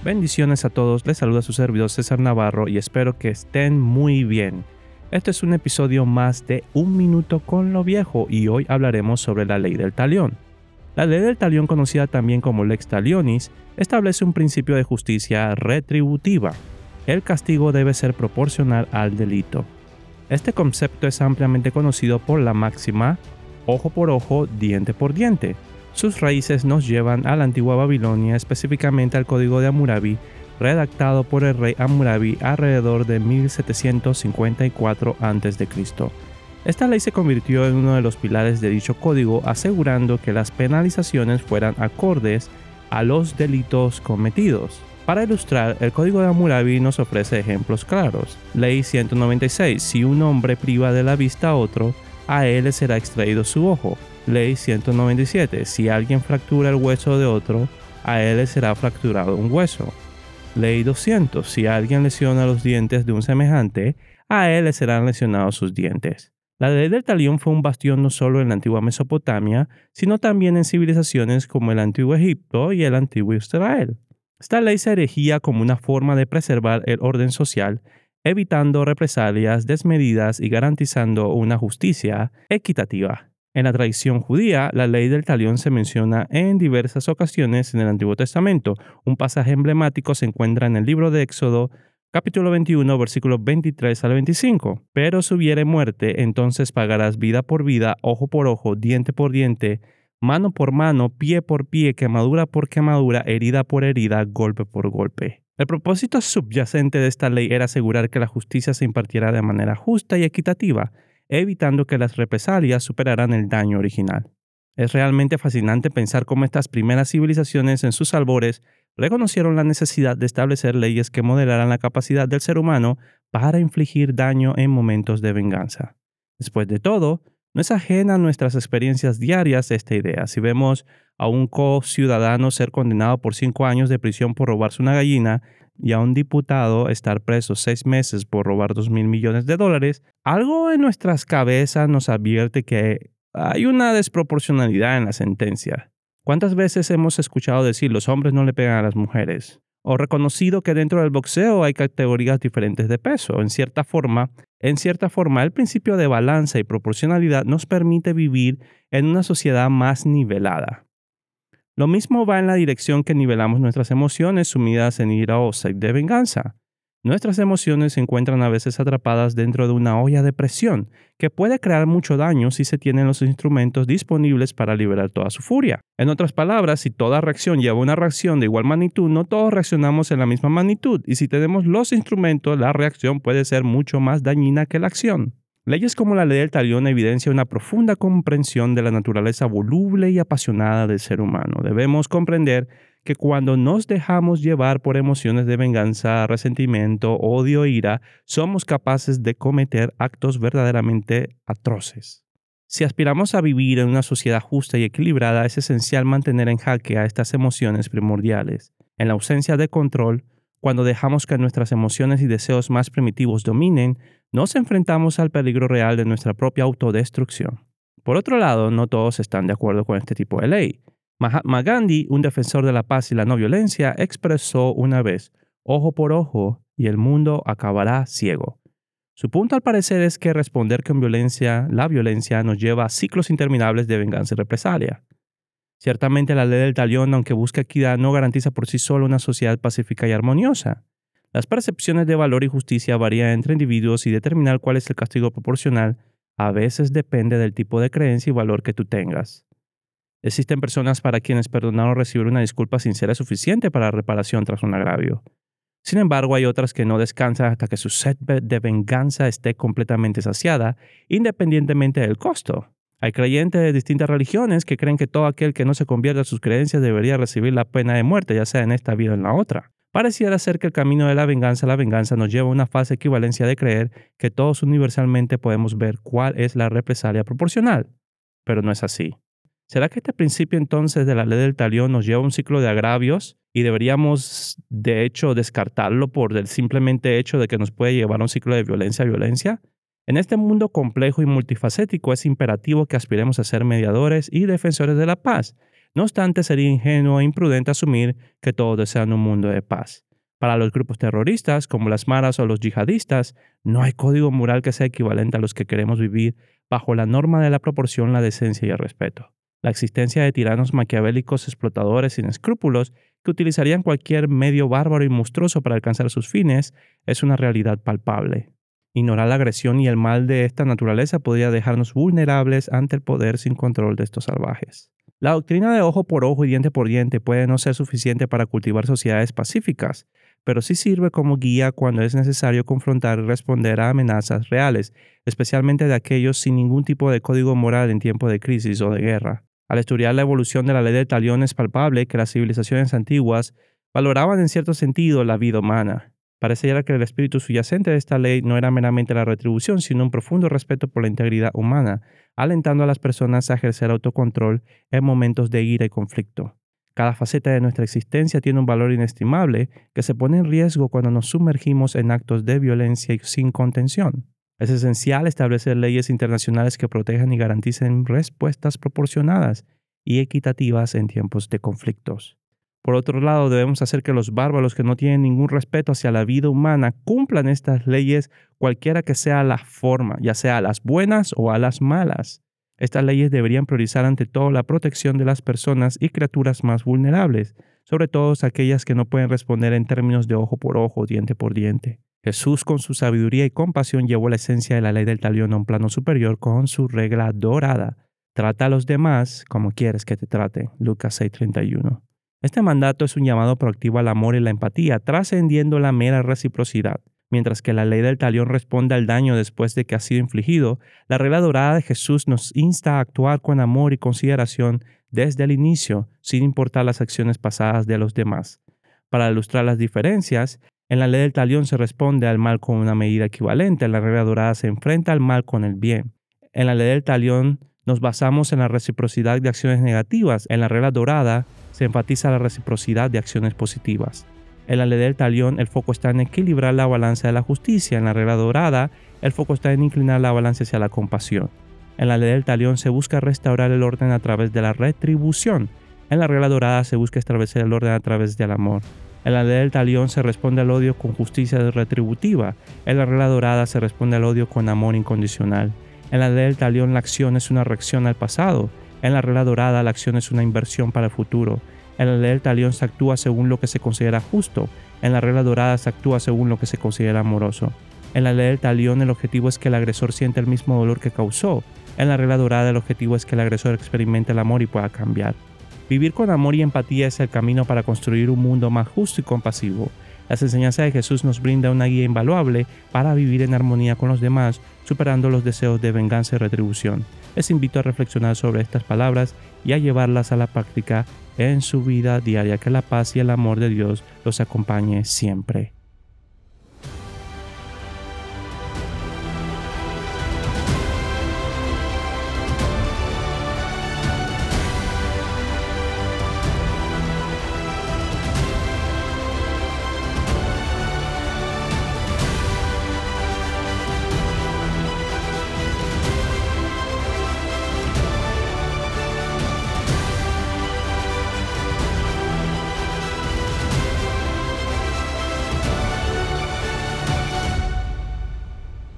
Bendiciones a todos, les saluda su servidor César Navarro y espero que estén muy bien. Este es un episodio más de Un Minuto con lo Viejo y hoy hablaremos sobre la ley del talión. La ley del talión, conocida también como lex talionis, establece un principio de justicia retributiva. El castigo debe ser proporcional al delito. Este concepto es ampliamente conocido por la máxima ojo por ojo, diente por diente. Sus raíces nos llevan a la antigua Babilonia, específicamente al Código de Hammurabi, redactado por el rey Hammurabi alrededor de 1754 a.C. Esta ley se convirtió en uno de los pilares de dicho código, asegurando que las penalizaciones fueran acordes a los delitos cometidos. Para ilustrar, el Código de Hammurabi nos ofrece ejemplos claros. Ley 196. Si un hombre priva de la vista a otro, a él le será extraído su ojo. Ley 197. Si alguien fractura el hueso de otro, a él le será fracturado un hueso. Ley 200. Si alguien lesiona los dientes de un semejante, a él le serán lesionados sus dientes. La ley del talión fue un bastión no solo en la antigua Mesopotamia, sino también en civilizaciones como el antiguo Egipto y el antiguo Israel. Esta ley se erigía como una forma de preservar el orden social, evitando represalias desmedidas y garantizando una justicia equitativa. En la tradición judía, la ley del talión se menciona en diversas ocasiones en el Antiguo Testamento. Un pasaje emblemático se encuentra en el libro de Éxodo, capítulo 21, versículos 23 al 25. Pero si hubiere muerte, entonces pagarás vida por vida, ojo por ojo, diente por diente, mano por mano, pie por pie, quemadura por quemadura, herida por herida, golpe por golpe. El propósito subyacente de esta ley era asegurar que la justicia se impartiera de manera justa y equitativa, evitando que las represalias superaran el daño original. Es realmente fascinante pensar cómo estas primeras civilizaciones en sus albores reconocieron la necesidad de establecer leyes que moderaran la capacidad del ser humano para infligir daño en momentos de venganza. Después de todo, no es ajena a nuestras experiencias diarias esta idea. Si vemos a un co-ciudadano ser condenado por 5 años de prisión por robarse una gallina y a un diputado estar preso 6 meses por robar $2,000 millones, algo en nuestras cabezas nos advierte que hay una desproporcionalidad en la sentencia. ¿Cuántas veces hemos escuchado decir los hombres no le pegan a las mujeres? O reconocido que dentro del boxeo hay categorías diferentes de peso. En cierta forma, el principio de balanza y proporcionalidad nos permite vivir en una sociedad más nivelada. Lo mismo va en la dirección que nivelamos nuestras emociones sumidas en ira o sed de venganza. Nuestras emociones se encuentran a veces atrapadas dentro de una olla de presión que puede crear mucho daño si se tienen los instrumentos disponibles para liberar toda su furia. En otras palabras, si toda reacción lleva una reacción de igual magnitud, no todos reaccionamos en la misma magnitud, y si tenemos los instrumentos, la reacción puede ser mucho más dañina que la acción. Leyes como la ley del talión evidencian una profunda comprensión de la naturaleza voluble y apasionada del ser humano. Debemos comprender que cuando nos dejamos llevar por emociones de venganza, resentimiento, odio e ira, somos capaces de cometer actos verdaderamente atroces. Si aspiramos a vivir en una sociedad justa y equilibrada, es esencial mantener en jaque a estas emociones primordiales. En la ausencia de control, cuando dejamos que nuestras emociones y deseos más primitivos dominen, nos enfrentamos al peligro real de nuestra propia autodestrucción. Por otro lado, no todos están de acuerdo con este tipo de ley. Mahatma Gandhi, un defensor de la paz y la no violencia, expresó una vez, ojo por ojo y el mundo acabará ciego. Su punto al parecer es que responder con violencia, la violencia nos lleva a ciclos interminables de venganza y represalia. Ciertamente la ley del talión, aunque busca equidad, no garantiza por sí sola una sociedad pacífica y armoniosa. Las percepciones de valor y justicia varían entre individuos y determinar cuál es el castigo proporcional a veces depende del tipo de creencia y valor que tú tengas. Existen personas para quienes perdonar o recibir una disculpa sincera es suficiente para reparación tras un agravio. Sin embargo, hay otras que no descansan hasta que su sed de venganza esté completamente saciada, independientemente del costo. Hay creyentes de distintas religiones que creen que todo aquel que no se convierta a sus creencias debería recibir la pena de muerte, ya sea en esta vida o en la otra. Pareciera ser que el camino de la venganza nos lleva a una falsa equivalencia de creer que todos universalmente podemos ver cuál es la represalia proporcional. Pero no es así. ¿Será que este principio entonces de la ley del talión nos lleva a un ciclo de agravios y deberíamos de hecho descartarlo por el simplemente hecho de que nos puede llevar a un ciclo de violencia a violencia? En este mundo complejo y multifacético es imperativo que aspiremos a ser mediadores y defensores de la paz. No obstante, sería ingenuo e imprudente asumir que todos desean un mundo de paz. Para los grupos terroristas, como las maras o los yihadistas, no hay código moral que sea equivalente a los que queremos vivir bajo la norma de la proporción, la decencia y el respeto. La existencia de tiranos maquiavélicos explotadores sin escrúpulos que utilizarían cualquier medio bárbaro y monstruoso para alcanzar sus fines es una realidad palpable. Ignorar la agresión y el mal de esta naturaleza podría dejarnos vulnerables ante el poder sin control de estos salvajes. La doctrina de ojo por ojo y diente por diente puede no ser suficiente para cultivar sociedades pacíficas, pero sí sirve como guía cuando es necesario confrontar y responder a amenazas reales, especialmente de aquellos sin ningún tipo de código moral en tiempo de crisis o de guerra. Al estudiar la evolución de la ley del talión es palpable que las civilizaciones antiguas valoraban en cierto sentido la vida humana. Pareciera que el espíritu subyacente de esta ley no era meramente la retribución, sino un profundo respeto por la integridad humana, alentando a las personas a ejercer autocontrol en momentos de ira y conflicto. Cada faceta de nuestra existencia tiene un valor inestimable que se pone en riesgo cuando nos sumergimos en actos de violencia y sin contención. Es esencial establecer leyes internacionales que protejan y garanticen respuestas proporcionadas y equitativas en tiempos de conflictos. Por otro lado, debemos hacer que los bárbaros que no tienen ningún respeto hacia la vida humana cumplan estas leyes cualquiera que sea la forma, ya sea a las buenas o a las malas. Estas leyes deberían priorizar ante todo la protección de las personas y criaturas más vulnerables, sobre todo aquellas que no pueden responder en términos de ojo por ojo, diente por diente. Jesús, con su sabiduría y compasión, llevó la esencia de la ley del talión a un plano superior con su regla dorada. Trata a los demás como quieres que te traten. Lucas 6:31. Este mandato es un llamado proactivo al amor y la empatía, trascendiendo la mera reciprocidad. Mientras que la ley del talión responde al daño después de que ha sido infligido, la regla dorada de Jesús nos insta a actuar con amor y consideración desde el inicio, sin importar las acciones pasadas de los demás. Para ilustrar las diferencias, en la ley del talión se responde al mal con una medida equivalente, en la regla dorada se enfrenta al mal con el bien. En la ley del talión nos basamos en la reciprocidad de acciones negativas, en la regla dorada se enfatiza la reciprocidad de acciones positivas. En la ley del talión, el foco está en equilibrar la balanza de la justicia. En la regla dorada, el foco está en inclinar la balanza hacia la compasión. En la ley del talión se busca restaurar el orden a través de la retribución. En la regla dorada se busca establecer el orden a través del amor. En la ley del talión se responde al odio con justicia retributiva. En la regla dorada se responde al odio con amor incondicional. En la ley del talión, la acción es una reacción al pasado. En la regla dorada, la acción es una inversión para el futuro. En la ley del talión se actúa según lo que se considera justo. En la regla dorada se actúa según lo que se considera amoroso. En la ley del talión el objetivo es que el agresor sienta el mismo dolor que causó. En la regla dorada el objetivo es que el agresor experimente el amor y pueda cambiar. Vivir con amor y empatía es el camino para construir un mundo más justo y compasivo. Las enseñanzas de Jesús nos brinda una guía invaluable para vivir en armonía con los demás, superando los deseos de venganza y retribución. Les invito a reflexionar sobre estas palabras y a llevarlas a la práctica en su vida diaria. Que la paz y el amor de Dios los acompañe siempre.